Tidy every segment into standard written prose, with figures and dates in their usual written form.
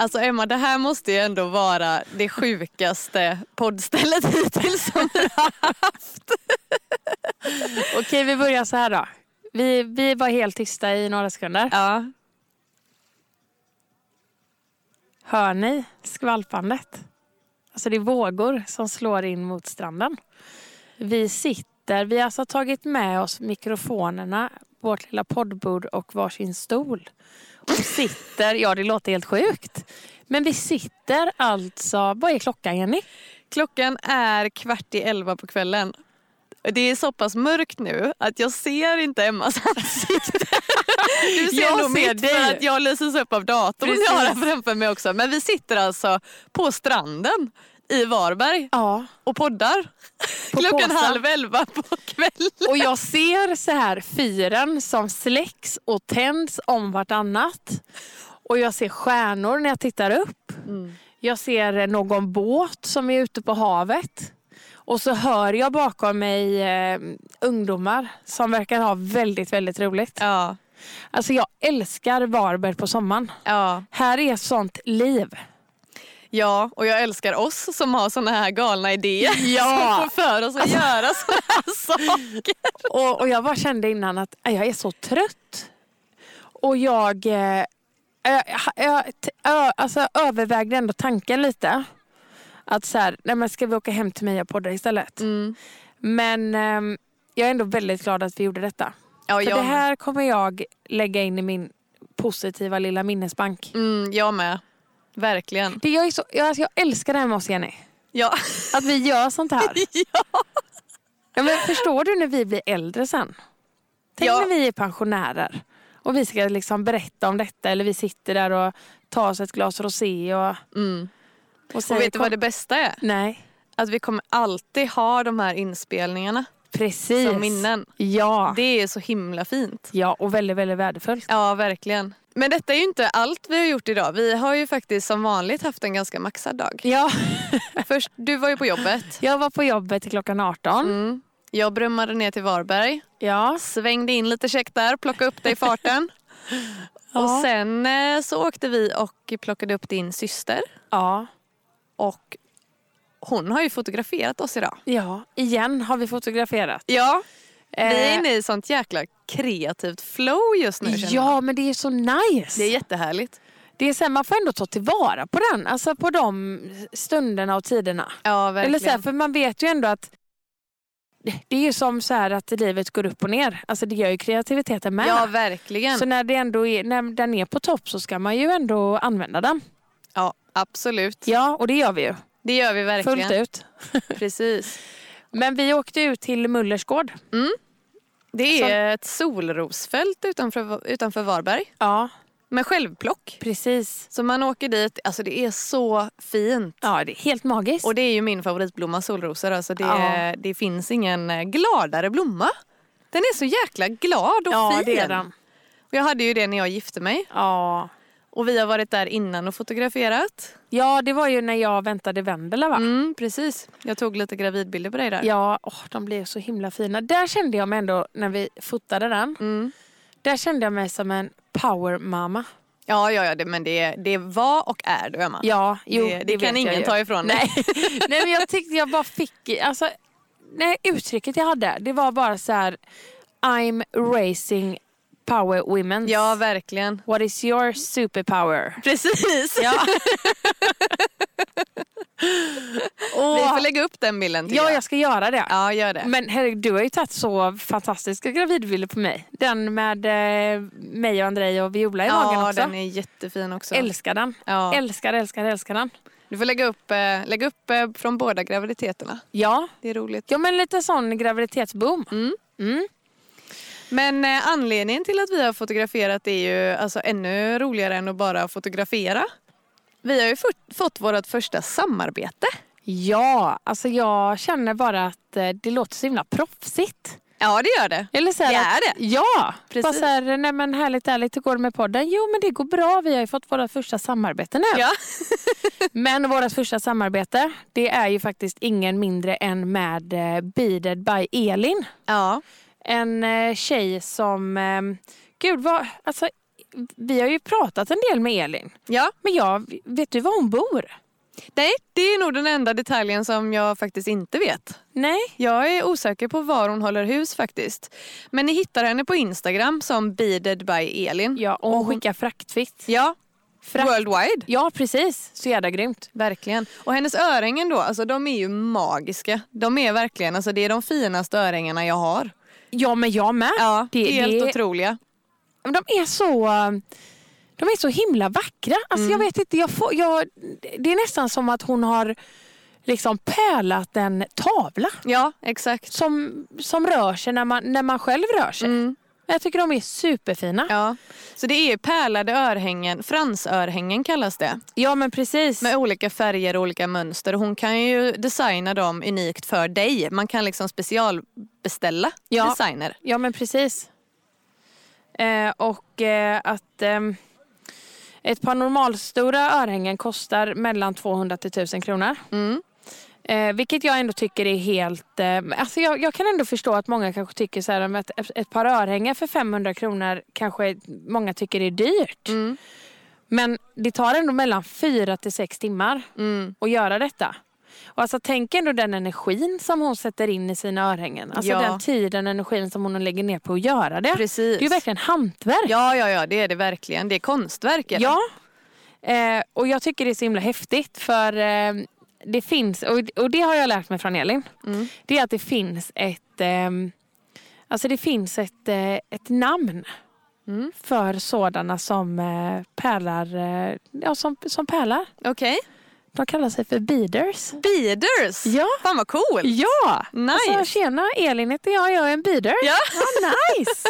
Alltså Emma, det här måste ju ändå vara det sjukaste poddstället hittills som vi har haft. Okej, vi börjar så här då. Vi var helt tysta i några sekunder. Ja. Hör ni skvalpandet? Alltså det är vågor som slår in mot stranden. Vi har alltså tagit med oss mikrofonerna, vårt lilla poddbord och varsin stol. Och sitter, ja det låter helt sjukt. Men vi sitter alltså, vad är klockan Jenny? Klockan är 22:15 på kvällen. Det är så pass mörkt nu att jag ser inte Emmas ansikte. Du ser Jag nog ser mitt dig. för att jag lyses upp av datorn. Precis. Jag har den framför mig också. Men vi sitter alltså på stranden i Varberg Ja. och poddar. Klockan Kåsa. 22:30 på kvällen. Och jag ser så här fyren som släcks och tänds om vartannat. Och jag ser stjärnor när jag tittar upp. Jag ser någon båt som är ute på havet. Och så hör jag bakom mig ungdomar som verkar ha väldigt, väldigt roligt. Ja. Alltså jag älskar Varberg på sommaren. Ja. Här är sånt liv. Ja, och jag älskar oss som har såna här galna idéer. Ja. Som får för oss att göra såna här saker. Och jag bara kände innan att jag är så trött. Och jag alltså övervägde ändå tanken lite. Att så här, nej men ska vi åka hem till mig och podda istället? Men jag är ändå väldigt glad att vi gjorde detta. Ja, För det här kommer jag lägga in i min positiva lilla minnesbank. Jag med. Verkligen. Jag älskar det här med oss, Jenny. Ja. Att vi gör sånt här. Ja. Ja, men förstår du när vi blir äldre sen? Tänk när vi är pensionärer. Och vi ska liksom berätta om detta. Eller vi sitter där och tar oss ett glas rosé. Och vet du vad det bästa är? Nej. Att vi kommer alltid ha de här inspelningarna. Precis. Som minnen. Ja. Det är så himla fint. Ja, och väldigt, väldigt värdefullt. Ja, verkligen. Men detta är ju inte allt vi har gjort idag. Vi har ju faktiskt som vanligt haft en ganska maxad dag. Ja. Först, du var ju på jobbet. Jag var på jobbet till klockan 18. Jag brummade ner till Varberg. Ja. Svängde in lite check där, plockade upp dig i farten. Och sen så åkte vi och plockade upp din syster. Ja. Och hon har ju fotograferat oss idag. Ja, igen har vi fotograferat. Ja, vi är inne i sånt jäkla kreativt flow just nu. Ja, men det är så nice. Det är jättehärligt. Det är så här, man får ändå ta tillvara på den. Alltså på de stunderna och tiderna. Ja, verkligen. Eller så här, för man vet ju ändå att det är ju som så här att livet går upp och ner. Alltså det gör ju kreativiteten med. Ja, verkligen. Så när det ändå är, när den är på topp så ska man ju ändå använda den. Ja, absolut. Ja, och det gör vi ju. Det gör vi verkligen. Fullt ut. Precis. Men vi åkte ut till Mullers gård. Det är ett solrosfält utanför Varberg. Ja. Med självplock. Precis. Så man åker dit. Alltså det är så fint. Ja, det är helt magiskt. Och det är ju min favoritblomma, solrosor. Alltså det finns ingen gladare blomma. Den är så jäkla glad och fin. Ja, det är den. Och jag hade ju det när jag gifte mig. Ja. Och vi har varit där innan och fotograferat. Ja, det var ju när jag väntade Vendela, va? Precis. Jag tog lite gravidbilder på dig där. Ja, de blev så himla fina. Där kände jag mig ändå, när vi fotade den. Där kände jag mig som en power mama. Ja, men det var och är du, Emma. Ja, jo, det kan ingen ta ifrån dig. Nej, men jag tyckte jag bara fick, alltså, nej, uttrycket jag hade, det var bara så här: I'm racing power women. Ja, verkligen. What is your superpower? Precis. Ja. Vi får lägga upp den bilden till jag ska göra det. Ja, gör det. Men herregud, du har ju tagit så fantastiska gravidbilder på mig. Den med mig och Andrei och Viola i magen också. Ja, den är jättefin också. Älskar den. Ja. Älskar den. Du får lägga upp från båda graviditeterna. Ja. Det är roligt. Ja, men lite sån graviditetsboom. Men anledningen till att vi har fotograferat är ju alltså ännu roligare än att bara fotografera. Vi har ju fått vårt första samarbete. Ja, alltså jag känner bara att det låter så himla proffsigt. Ja, det gör det. Eller så här, det är det. Ja, precis. Bara så här, nej men härligt, hur går det med podden? Jo, men det går bra. Vi har ju fått våra första samarbete nu. Ja. Men vårt första samarbete, det är ju faktiskt ingen mindre än med Beaded by Elin. Ja. En tjej som, gud vad, alltså vi har ju pratat en del med Elin. Ja. Men vet du var hon bor? Nej, det är nog den enda detaljen som jag faktiskt inte vet. Nej. Jag är osäker på var hon håller hus faktiskt. Men ni hittar henne på Instagram som Beaded by Elin. Ja, och hon skickar fraktfritt. Ja, worldwide. Ja, precis. Så jävla grymt. Verkligen. Och hennes örhängen då, alltså de är ju magiska. De är verkligen, alltså det är de finaste örhängena jag har. Ja, men jag med. Ja, helt otroliga. De är så himla vackra. Alltså jag vet inte, det är nästan som att hon har liksom pärlat en tavla. Ja, exakt. Som rör sig när man själv rör sig. Mm. Jag tycker de är superfina. Ja, så det är pärlade örhängen, fransörhängen kallas det. Ja, men precis. Med olika färger och olika mönster. Hon kan ju designa dem unikt för dig. Man kan liksom specialbeställa designer. Ja, men precis. Ett par normalstora örhängen kostar mellan 200 till 1000 kronor. Mm. Vilket jag ändå tycker är helt... alltså jag kan ändå förstå att många kanske tycker så här om ett par örhängen för 500 kronor kanske många tycker är dyrt. Mm. Men det tar ändå mellan 4 till 6 timmar att göra detta. Och alltså tänk ändå den energin som hon sätter in i sina örhängen. Alltså den tiden, energin som hon lägger ner på att göra det. Precis. Det är ju verkligen hantverk. Ja, det är det verkligen. Det är konstverk. Eller? Ja, och jag tycker det är så himla häftigt för det finns, och det har jag lärt mig från Elin. Det är att det finns ett namn för sådana som pärlar, som pärlar. Okej. De kallar sig för beaders. Beaders? Ja. Fan vad cool. Ja. Nice. Alltså, tjena, Elin heter jag är en beader. Ja. Nice.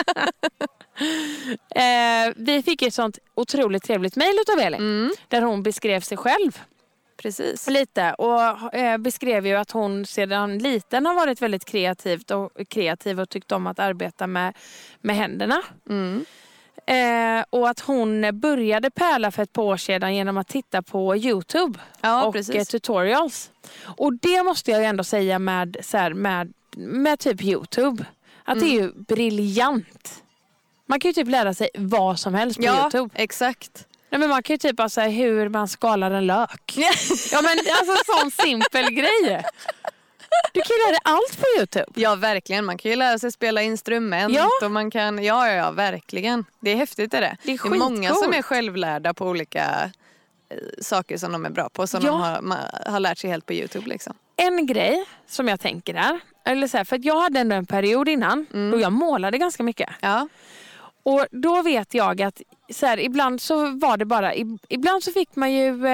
Vi fick ett sånt otroligt trevligt mejl av Elin. Där hon beskrev sig själv. Precis. Lite. Och beskrev ju att hon sedan liten har varit väldigt kreativ och tyckt om att arbeta med händerna. Och att hon började pärla för ett par år sedan genom att titta på YouTube och tutorials. Och det måste jag ju ändå säga med typ YouTube. Att det är ju briljant. Man kan ju typ lära sig vad som helst på YouTube. Ja, exakt. Nej, men man kan ju typ bara säga hur man skalar en lök. Ja, men alltså sån simpel grej. Du kan ju lära dig allt på YouTube. Ja, verkligen. Man kan ju lära sig spela instrument. Och man kan, ja, verkligen. Det är häftigt det. Det är många som är självlärda på olika saker som de är bra på. Som de har lärt sig helt på YouTube liksom. En grej som jag tänker är, eller så här, för att jag hade ändå en period innan då jag målade ganska mycket. Ja. Och då vet jag att så här, ibland så var det bara, ibland så fick man ju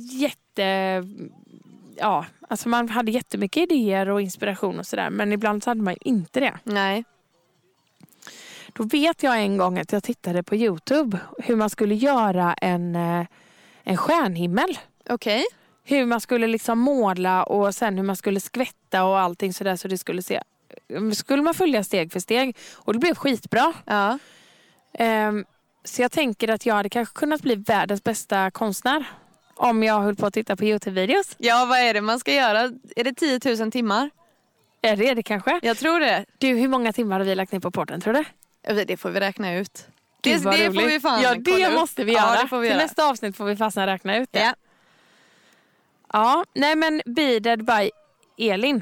alltså man hade jättemycket idéer och inspiration och sådär. Men ibland så hade man ju inte det. Nej. Då vet jag en gång att jag tittade på YouTube hur man skulle göra en stjärnhimmel. Okej. Hur man skulle liksom måla och sen hur man skulle skvätta och allting sådär så det skulle se. Skulle man följa steg för steg. Och det blev skitbra. Ja. Så jag tänker att jag hade kanske kunnat bli världens bästa konstnär. Om jag höll på att titta på YouTube-videos. Ja, vad är det man ska göra? Är det 10 000 timmar? Är det kanske? Jag tror det. Du, hur många timmar har vi lagt ner på porten, tror du? Det får vi räkna ut. Det får vi fan det måste vi göra. Ja, det får vi till göra. Nästa avsnitt får vi fastna räkna ut det. Ja. Ja, nej men Beaded by Elin.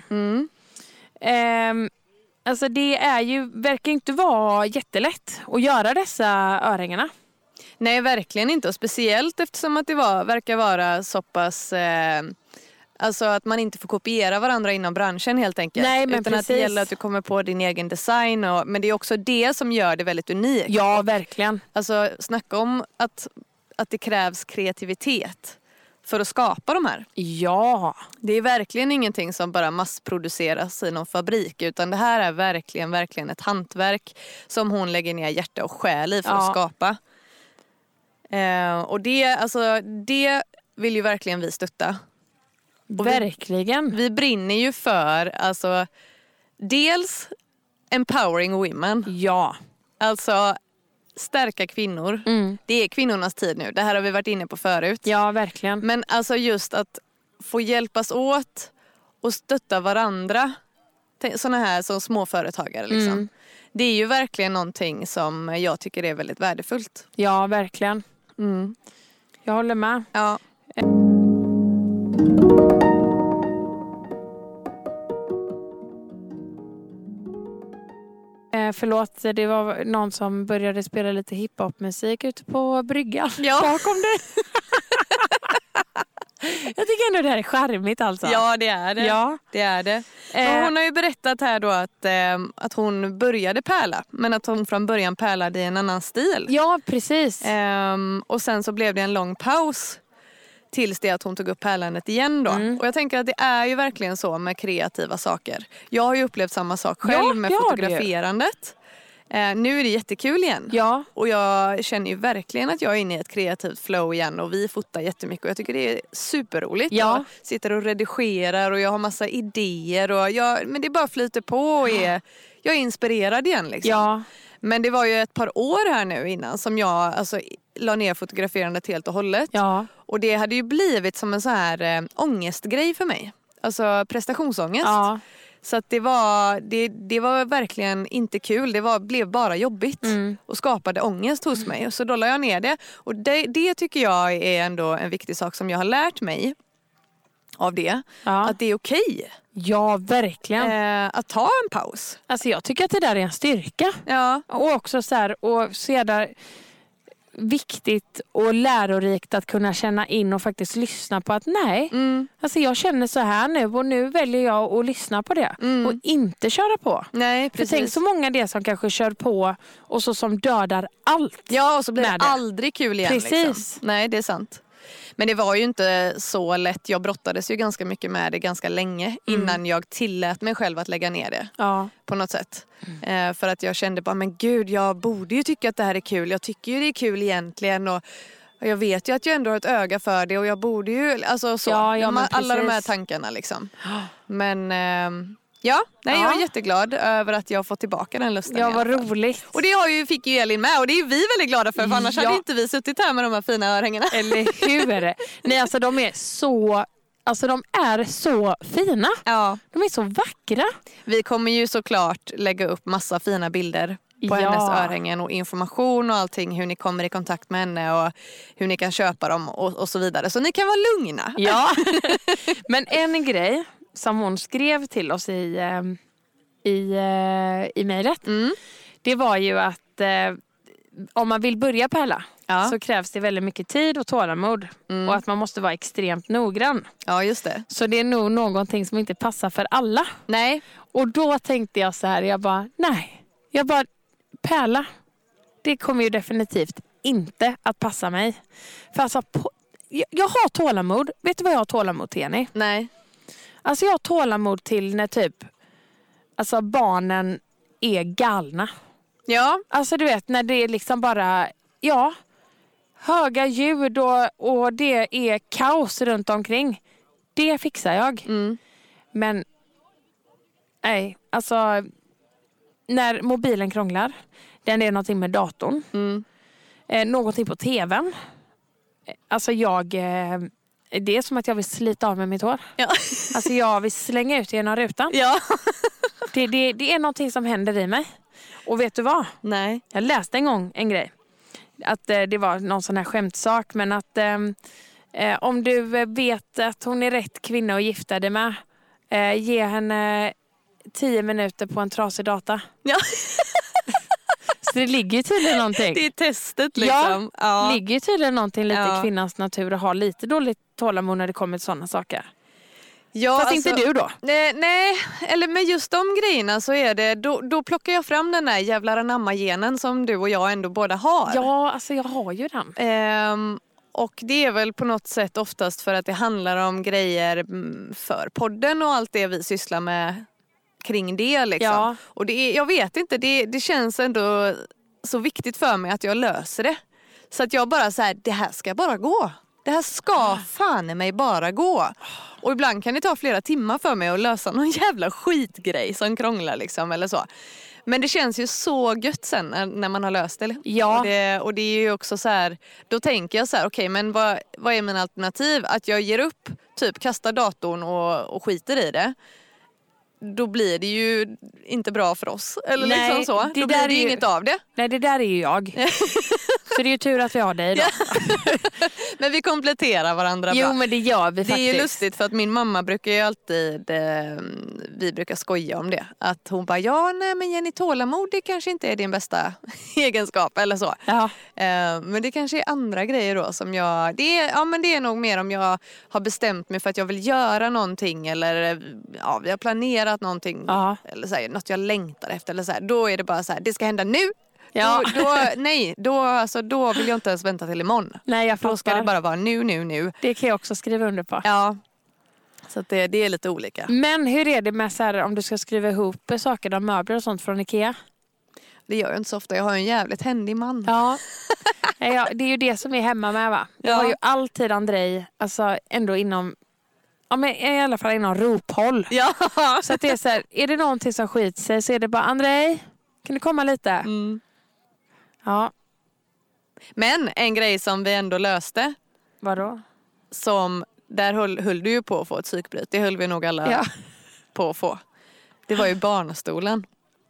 Alltså det verkar inte vara jättelätt att göra dessa örhängena. Nej, verkligen inte. Och speciellt eftersom att det verkar vara så pass... alltså att man inte får kopiera varandra inom branschen helt enkelt. Nej, men utan precis. att det gäller att du kommer på din egen design. Men det är också det som gör det väldigt unikt. Ja, verkligen. Alltså snacka om att det krävs kreativitet för att skapa de här. Ja. Det är verkligen ingenting som bara massproduceras i någon fabrik. Utan det här är verkligen ett hantverk som hon lägger ner hjärta och själ i för att skapa. Och det vill ju verkligen vi stötta. Och verkligen. Vi brinner ju för dels empowering women. Ja. Alltså stärka kvinnor. Det är kvinnornas tid nu. Det här har vi varit inne på förut. Ja, verkligen. Men alltså just att få hjälpas åt och stötta varandra. Såna här som småföretagare liksom. Det är ju verkligen någonting som jag tycker är väldigt värdefullt. Ja, verkligen. Jag håller med. Ja. Förlåt, det var någon som började spela lite hiphopmusik ute på bryggan. Ja. Bakom dig. Jag tycker ändå det här är charmigt alltså. Ja, det är det. Ja. Det är det. Hon har ju berättat här då att hon började pärla, men att hon från början pärlade i en annan stil. Ja, precis. Och sen så blev det en lång paus tills det att hon tog upp pärlandet igen då. Och jag tänker att det är ju verkligen så med kreativa saker. Jag har ju upplevt samma sak själv med fotograferandet. Nu är det jättekul igen. Ja. Och jag känner ju verkligen att jag är inne i ett kreativt flow igen. Och vi fotar jättemycket och jag tycker det är superroligt. Ja. Jag sitter och redigerar och jag har massa idéer. Men det bara flyter på och jag är inspirerad igen liksom. Ja. Men det var ju ett par år här nu innan som jag la ner fotograferandet helt och hållet. Ja. Och det hade ju blivit som en så här ångestgrej för mig. Alltså prestationsångest. Ja. Så att det var verkligen inte kul. Det blev bara jobbigt och skapade ångest hos mig. Så då la jag ner det. Och det tycker jag är ändå en viktig sak som jag har lärt mig av det. Ja. Att det är okej. Ja, verkligen. Att ta en paus. Alltså jag tycker att det där är en styrka. Ja. Och också så här, och sedan viktigt och lärorikt att kunna känna in och faktiskt lyssna på att nej, alltså jag känner så här nu och nu väljer jag att lyssna på det och inte köra på. Nej, precis. För tänk så många det som kanske kör på och så som dödar allt. Ja, och så blir det aldrig kul igen. Precis. Liksom. Nej, det är sant. Men det var ju inte så lätt. Jag brottades ju ganska mycket med det ganska länge innan jag tillät mig själv att lägga ner det. Ja. På något sätt. För att jag kände bara, men gud, jag borde ju tycka att det här är kul. Jag tycker ju det är kul egentligen och jag vet ju att jag ändå har ett öga för det och jag borde ju, alltså så. Ja, alla de här tankarna liksom. Men jag är jätteglad över att jag har fått tillbaka den lusten. Ja, vad roligt. Och det fick ju Elin med och det är vi väldigt glada för annars hade inte vi suttit här med de här fina örhängena. Eller hur? Nej, alltså de är så fina. Ja. De är så vackra. Vi kommer ju såklart lägga upp massa fina bilder på hennes örhängen och information och allting, hur ni kommer i kontakt med henne och hur ni kan köpa dem och så vidare. Så ni kan vara lugna. Ja. Men en grej som hon skrev till oss i mejlet, det var ju att om man vill börja pärla så krävs det väldigt mycket tid och tålamod och att man måste vara extremt noggrann. Ja, just det. Så det är nog någonting som inte passar för alla. Nej. Och då tänkte jag så här, jag bara pärla. Det kommer ju definitivt inte att passa mig. För alltså, jag har tålamod. Vet du vad jag har tålamod till, Jenny? Nej. Alltså jag har tålamod till när alltså barnen är galna. Ja. Alltså du vet, när det är liksom bara, höga ljud och det är kaos runt omkring. Det fixar jag. Men, nej, alltså när mobilen krånglar, den är någonting med datorn. Någonting på tvn. Alltså det är som att jag vill slita av med mitt hår. Ja. Alltså jag vill slänga ut genom rutan. Ja. Det är någonting som händer i mig. Och vet du vad? Nej. Jag läste en gång en grej. Att det var någon sån här skämtsak. Men att om du vet att hon är rätt kvinna att gifta dig med. Ge henne 10 minuter på en trasig data. Ja. Så det ligger tydligen någonting. Det är testet liksom. Ja, ligger tydligen någonting lite i kvinnans natur att ha lite dåligt tålamod när det kommer till sådana saker. Ja, fast alltså, inte du då? Nej, eller med just de grejerna så är det, då plockar jag fram den där jävla anamma-genen som du och jag ändå båda har. Ja, alltså jag har ju den. Och det är väl på något sätt oftast för att det handlar om grejer för podden och allt det vi sysslar med kring det liksom. Ja. Och jag vet inte, det känns ändå så viktigt för mig att jag löser det. Så att jag bara så här, det här ska bara gå. Det här ska fan i mig bara gå. Och ibland kan det ta flera timmar för mig att lösa någon jävla skitgrej som krånglar liksom eller så. Men det känns ju så gött sen när man har löst det. Ja. Och det är ju också så här, då tänker jag så här, okej, men vad är min alternativ? Att jag ger upp, typ kastar datorn och skiter i det. då blir det ju inte bra för oss. Eller Nej, liksom så. Då blir det ju inget av det. Nej, det där är ju jag. Så det är ju tur att vi har dig då. Men vi kompletterar varandra bra. Jo, men det gör vi faktiskt. Det är ju lustigt för att min mamma brukar ju alltid, vi brukar skoja om det. Att hon bara, ja nej men Jenny, tålamod det kanske inte är din bästa egenskap eller så. Ja. Men det kanske är andra grejer då som jag, det är nog mer om jag har bestämt mig för att jag vill göra någonting eller vi har planerat någonting. Ja. Eller så här, något jag längtar efter eller så här, då är det bara så här, det ska hända nu. Ja. Då vill jag inte ens vänta till imorgon. Nej, jag fattar. Då ska det bara vara nu. Det kan jag också skriva under på. Ja, så att det är lite olika. Men hur är det med så här, om du ska skriva ihop saker, möbler och sånt från Ikea? Det gör jag inte så ofta, jag har en jävligt händig man. Ja. Det är ju det som är hemma med va? Jag har ju alltid Andrej, alltså ändå inom, men i alla fall inom rophåll. Ja. Så att det är så här, är det någonting som skiter sig så är det bara, Andrej, kan du komma lite? Mm. Ja. Men en grej som vi ändå löste. Vadå? Där höll du ju på att få ett psykbryt. Det höll vi nog alla på att få. Det var ju barnstolen.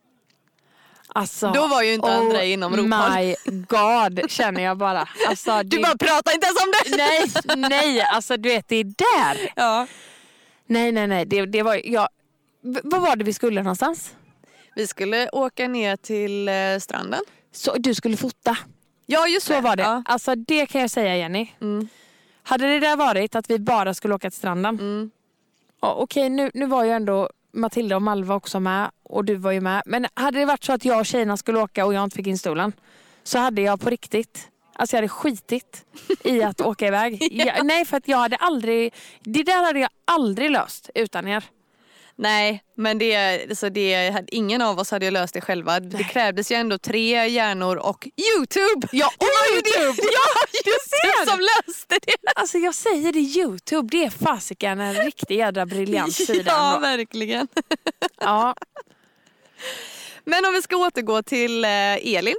Alltså, då var ju inte Andrej inom rophåll. My God, känner jag bara. Alltså, du bara pratar inte ens om det. Nej, alltså du vet, det är där. Ja. Nej, det var vad var det vi skulle någonstans? Vi skulle åka ner till stranden. Så du skulle fota? Ja, just så var det. Ja. Alltså det kan jag säga, Jenny. Mm. Hade det där varit att vi bara skulle åka till stranden. Mm. Okej, nu var ju ändå Matilda och Malva också med. Och du var ju med. Men hade det varit så att jag och tjejerna skulle åka och jag inte fick in stolen. Så hade jag på riktigt. Alltså jag hade skitit i att åka iväg. Nej, för att jag hade aldrig. Det där hade jag aldrig löst utan er. Nej, men ingen av oss hade ju löst det själva. Det krävdes ju ändå 3 hjärnor och YouTube. Ja, och YouTube. Du ser som löste det. Alltså jag säger det, YouTube, det är fasiken en riktig jädra briljant sida. Ja, verkligen. Ja. Men om vi ska återgå till Elin.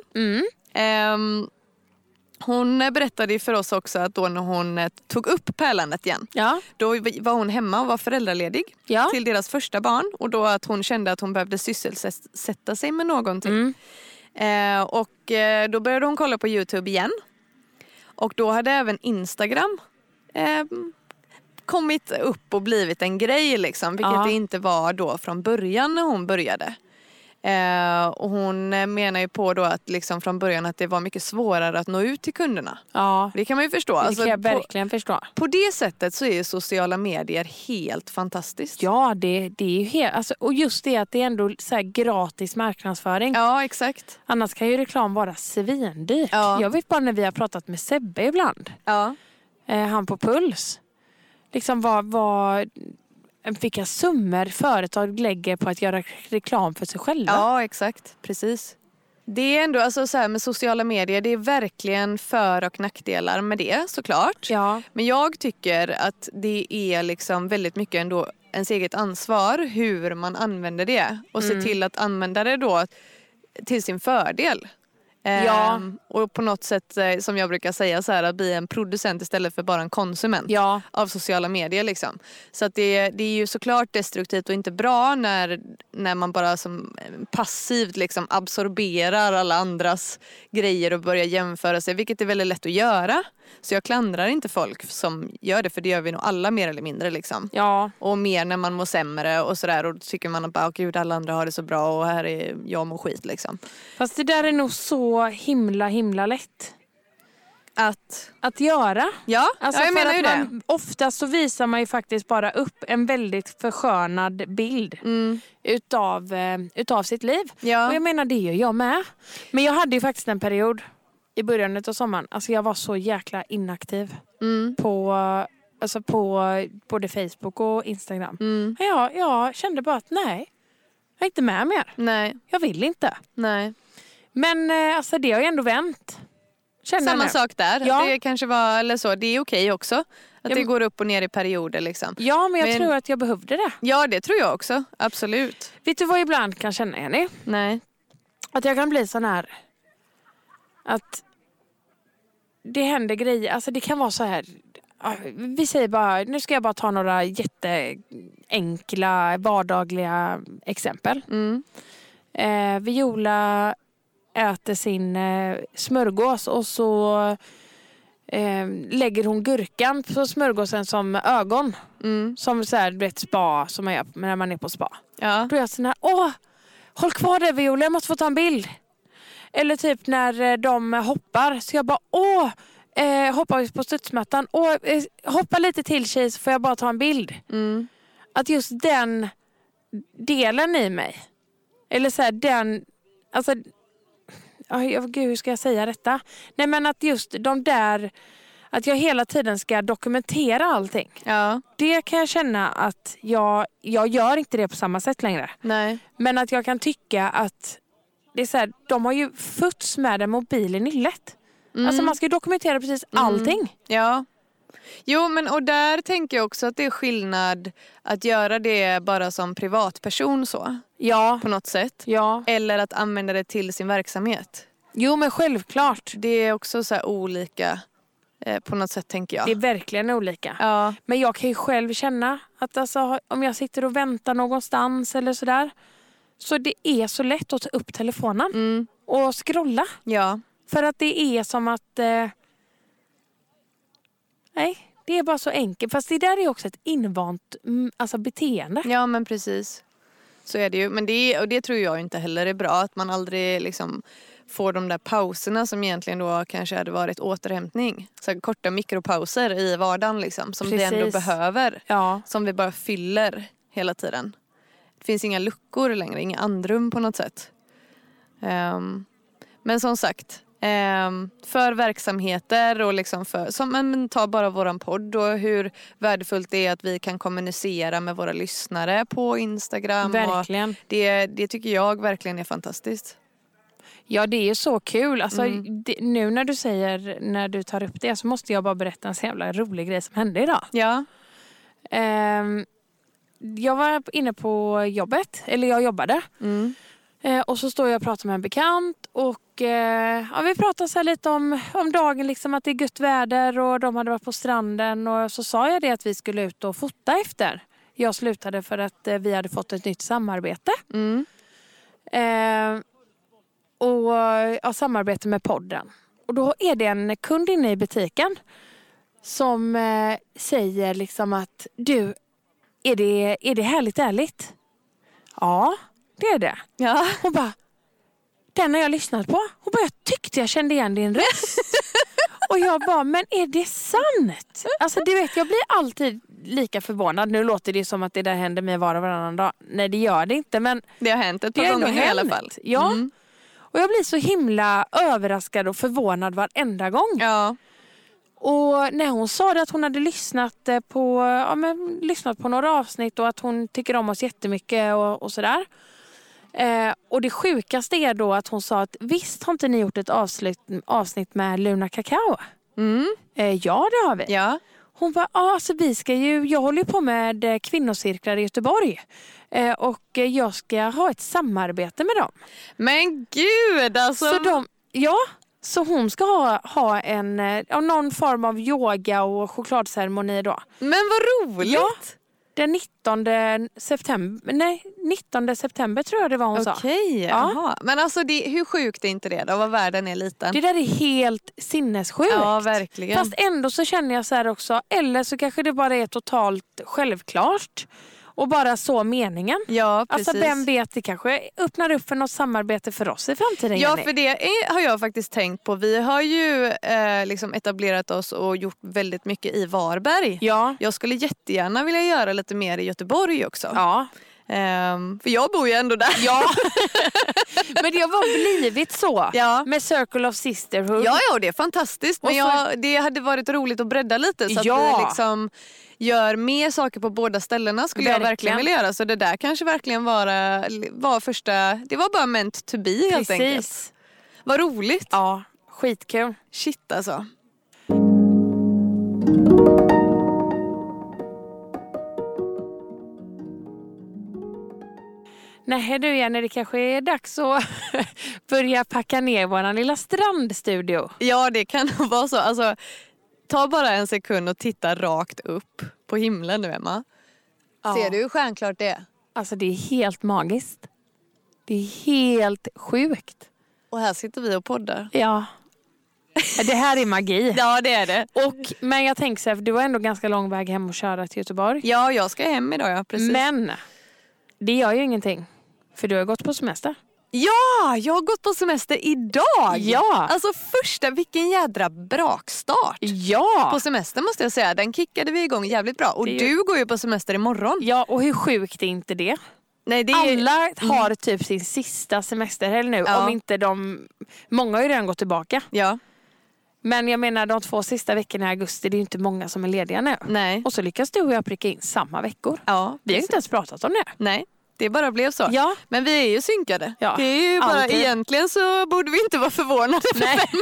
Hon berättade ju för oss också att då när hon tog upp pärlandet igen. Ja. Då var hon hemma och var föräldraledig till deras första barn. Och då att hon kände att hon behövde sysselsätta sig med någonting. Och då började hon kolla på YouTube igen. Och då hade även Instagram kommit upp och blivit en grej liksom. Vilket det inte var då från början när hon började. Och hon menar ju på då att liksom från början att det var mycket svårare att nå ut till kunderna. Ja. Det kan man ju förstå. Det kan jag verkligen förstå. På det sättet så är sociala medier helt fantastiskt. Ja, det är ju helt, alltså, och just det att det är ändå så här gratis marknadsföring. Ja, exakt. Annars kan ju reklam vara svindyrt. Ja. Jag vet bara när vi har pratat med Sebbe ibland. Ja. Han på Puls. Liksom vilka summor företag lägger på att göra reklam för sig själva. Ja, exakt. Precis. Det är ändå alltså så här med sociala medier, det är verkligen för- och nackdelar med det såklart. Ja. Men jag tycker att det är liksom väldigt mycket ändå ens eget ansvar hur man använder det. Och se till att använda det då till sin fördel. Ja. Och på något sätt som jag brukar säga så här, att bli en producent istället för bara en konsument av sociala medier liksom. Så att det är ju såklart destruktivt och inte bra när man bara som passivt liksom absorberar alla andras grejer och börjar jämföra sig, vilket är väldigt lätt att göra. Så jag klandrar inte folk som gör det, för det gör vi nog alla mer eller mindre liksom. Ja. Och mer när man mår sämre och sådär, och då tycker man att bara, gud, alla andra har det så bra och här är jag mår skit liksom. Fast det där är nog så himla lätt att göra. Ja, alltså jag menar för ju att det. Ofta så visar man ju faktiskt bara upp en väldigt förskönad bild utav sitt liv. Ja. Och jag menar, det gör jag med. Men jag hade ju faktiskt en period i början av sommaren. Alltså jag var så jäkla inaktiv på både Facebook och Instagram. Jag kände bara att nej, jag är inte med mer. Nej. Jag vill inte. Nej. Men alltså det har ju ändå vänt. Samma sak där. Ja. Det kanske var, eller så, det är okej också. Att det går upp och ner i perioder liksom. Ja, men jag tror att jag behövde det. Ja, det tror jag också. Absolut. Vet du vad jag ibland kan känna, Jenny? Nej. Att jag kan bli sån här att det händer grejer. Alltså det kan vara så här vi säger bara, nu ska jag bara ta några jätteenkla vardagliga exempel. Viola äter sin smörgås och så lägger hon gurkan på smörgåsen som ögon. Som så här, ett spa som man gör när man är på spa. Ja. Då är jag sån här, håll kvar där Viola, jag måste få ta en bild. Eller typ när de hoppar, så jag bara, hoppar på studsmattan. Hoppa lite till tjej så får jag bara ta en bild. Att just den delen i mig, eller så här, den, alltså, gud, hur ska jag säga detta? Nej, men att just de där, att jag hela tiden ska dokumentera allting. Ja. Det kan jag känna att jag gör inte det på samma sätt längre. Nej. Men att jag kan tycka att det är så här, de har ju fötts med en mobil i nyllet. Alltså man ska ju dokumentera precis allting. Ja. Jo, men och där tänker jag också att det är skillnad att göra det bara som privatperson så. Ja. På något sätt. Ja. Eller att använda det till sin verksamhet. Jo, men självklart. Det är också så här olika på något sätt, tänker jag. Det är verkligen olika. Ja. Men jag kan ju själv känna att alltså, om jag sitter och väntar någonstans eller sådär, så det är så lätt att ta upp telefonen och scrolla. Ja. För att det är som att nej, det är bara så enkelt. Fast det där är också ett invant beteende. Ja, men precis. Så är det ju. Men det tror jag inte heller är bra. Att man aldrig liksom får de där pauserna som egentligen då kanske hade varit återhämtning. Så korta mikropauser i vardagen liksom. Som vi ändå behöver. Ja. Som vi bara fyller hela tiden. Det finns inga luckor längre. Inga andrum på något sätt. Men som sagt. För verksamheter och liksom ta bara våran podd och hur värdefullt det är att vi kan kommunicera med våra lyssnare på Instagram. Verkligen. Och det tycker jag verkligen är fantastiskt. Ja, det är så kul. Alltså, nu när du tar upp det så måste jag bara berätta en så jävla rolig grej som hände idag. Ja. Jag var inne på jobbet, eller jag jobbade. Och så står jag och pratar med en bekant och vi pratar så här lite om dagen, liksom att det är gött väder och de hade varit på stranden, och så sa jag det att vi skulle ut och fota efter. Jag slutade för att vi hade fått ett nytt samarbete. Och samarbete med podden. Och då är det en kund inne i butiken som säger liksom att du, är det härligt ärligt? Ja, det är det. Ja. Hon bara, den har jag lyssnat på. Hon bara, jag tyckte jag kände igen din röst. Och jag bara, men är det sant? Alltså du vet, jag blir alltid lika förvånad. Nu låter det som att det där händer mig var och varannan dag. Nej, det gör det inte, men det har hänt ett par gånger i alla fall. Ja, och jag blir så himla överraskad och förvånad varenda gång. Ja. Och när hon sa det att hon hade lyssnat på några avsnitt och att hon tycker om oss jättemycket och sådär. Och det sjukaste är då att hon sa att visst har inte ni gjort ett avsnitt med Luna Kakao? Ja, det har vi. Ja. Hon bara, alltså jag håller på med kvinnocirklar i Göteborg. Och jag ska ha ett samarbete med dem. Men gud, alltså. Så hon ska ha någon form av yoga och chokladceremoni då. Men vad roligt! Ja, den 19 september tror jag det var hon sa. Okej, jaha. Men alltså hur sjukt är inte det då? Vad världen är liten. Det där är helt sinnessjukt. Ja, verkligen. Fast ändå så känner jag så här också. Eller så kanske det bara är totalt självklart. Och bara så meningen. Ja, precis. Alltså vem vet, det kanske öppnar upp för något samarbete för oss i framtiden. Ja, för det har jag faktiskt tänkt på. Vi har ju liksom etablerat oss och gjort väldigt mycket i Varberg. Ja. Jag skulle jättegärna vilja göra lite mer i Göteborg också. Ja. För jag bor ju ändå där. Ja. Men det har bara blivit så. Ja. Med Circle of Sisterhood. Ja, det är fantastiskt. Men det hade varit roligt att bredda lite. Så att vi liksom gör mer saker på båda ställena skulle jag verkligen vilja göra. Så det där kanske verkligen var första. Det var bara meant to be helt enkelt. Vad roligt. Ja, skitkul. Shit alltså. Nej du Jenny, det kanske är dags att börja packa ner våran lilla strandstudio. Ja, det kan nog vara så. Alltså, Ta bara en sekund och titta rakt upp på himlen nu, Emma. Ja. Ser du hur stjärnklart det är? Alltså det är helt magiskt. Det är helt sjukt. Och här sitter vi och poddar. Ja. Det här är magi. Ja, det är det. Men jag tänker så här, för du har ändå ganska lång väg hem och köra till Göteborg. Ja, jag ska hem idag, ja, precis. Men det gör ju ingenting. För du har gått på semester. Ja, jag har gått på semester idag. Ja. Alltså vilken jädra brakstart. Ja. På semester måste jag säga. Den kickade vi igång jävligt bra. Och du går ju på semester imorgon. Ja, och hur sjukt är inte det? Nej, det är... Alla har typ sin sista semesterhelg nu. Ja. Om inte många har ju redan gått tillbaka. Ja. Men jag menar de 2 sista veckorna i augusti, det är ju inte många som är lediga nu. Nej. Och så lyckas du och jag pricka in samma veckor. Ja, Vi har ju inte ens pratat om det. Nej, det bara blev så. Ja. Men vi är ju synkade. Ja, Det är ju bara, alltid. egentligen så borde vi inte vara förvånade för Nej. 5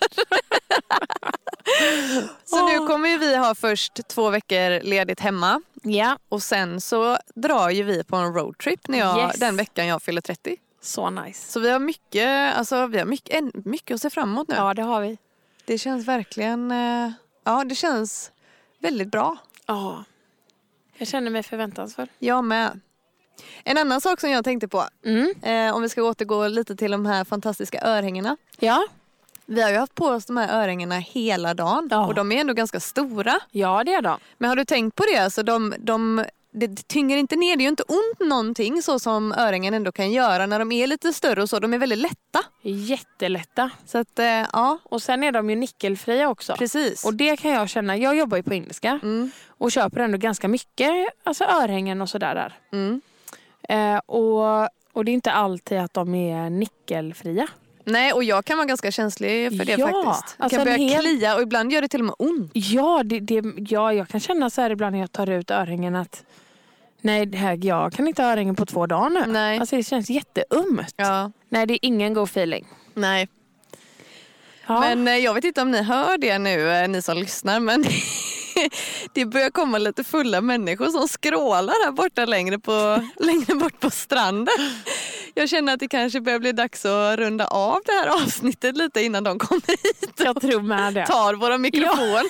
Så nu kommer ju vi ha först 2 veckor ledigt hemma. Ja. Och sen så drar ju vi på en roadtrip den veckan jag fyller 30. Så nice. Så vi har mycket att se fram emot nu. Ja, det har vi. Det känns verkligen, det känns väldigt bra. Ja. Jag känner mig förväntansfull. Jag med. En annan sak som jag tänkte på, om vi ska återgå lite till de här fantastiska örhängena. Ja. Vi har ju haft på oss de här örhängena hela dagen och de är ändå ganska stora. Ja, det är de. Men har du tänkt på det? Alltså det tynger inte ner, det är ju inte ont någonting så som örhängen ändå kan göra när de är lite större och så. De är väldigt lätta. Jättelätta. Så att, ja. Och sen är de ju nickelfria också. Precis. Och det kan jag känna, jag jobbar ju på indiska och köper ändå ganska mycket alltså örhängen och sådär där. Och det är inte alltid att de är nickelfria. Nej, och jag kan vara ganska känslig för det faktiskt. Jag alltså kan börja klia och ibland gör det till och med ont. Ja, jag kan känna så här ibland när jag tar ut örhängen att nej, jag kan inte ha örhängen på 2 dagar nu. Nej. Alltså det känns jätteömt. Ja. Nej, det är ingen god feeling. Nej. Ja. Men jag vet inte om ni hör det nu, ni som lyssnar, men det börjar komma lite fulla människor som skrålar här borta längre bort på stranden. Jag känner att det kanske börjar bli dags att runda av det här avsnittet lite innan de kommer hit. Jag tror med det. Tar våra mikrofon.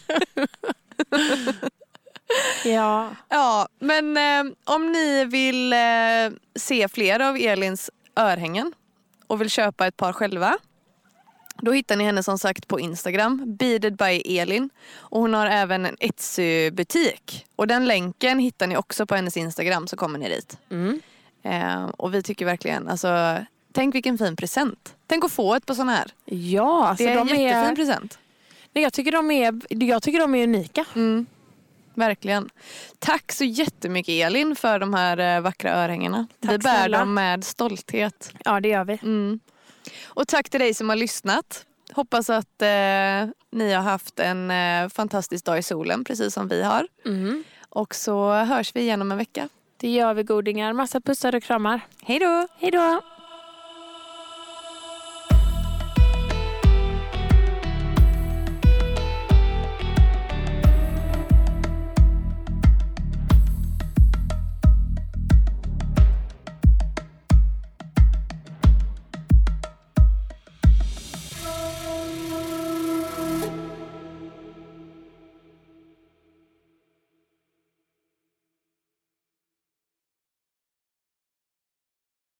Ja. Ja, men om ni vill se fler av Elins örhängen och vill köpa ett par själva, då hittar ni henne som sagt på Instagram, Beaded by Elin. Och hon har även en Etsy-butik. Och den länken hittar ni också på hennes Instagram, så kommer ni dit. Och vi tycker verkligen, alltså, tänk vilken fin present. Tänk att få ett på sån här. Ja, alltså det är en jättefin present. Nej, jag tycker de är unika. Verkligen. Tack så jättemycket Elin för de här vackra örhängena. Tack vi bär snälla. dem med stolthet. Ja, det gör vi. Och tack till dig som har lyssnat. Hoppas att ni har haft en fantastisk dag i solen, precis som vi har. Och så hörs vi igen om en vecka. Det gör vi, godingar. Massa pussar och kramar. Hej då! Hej då!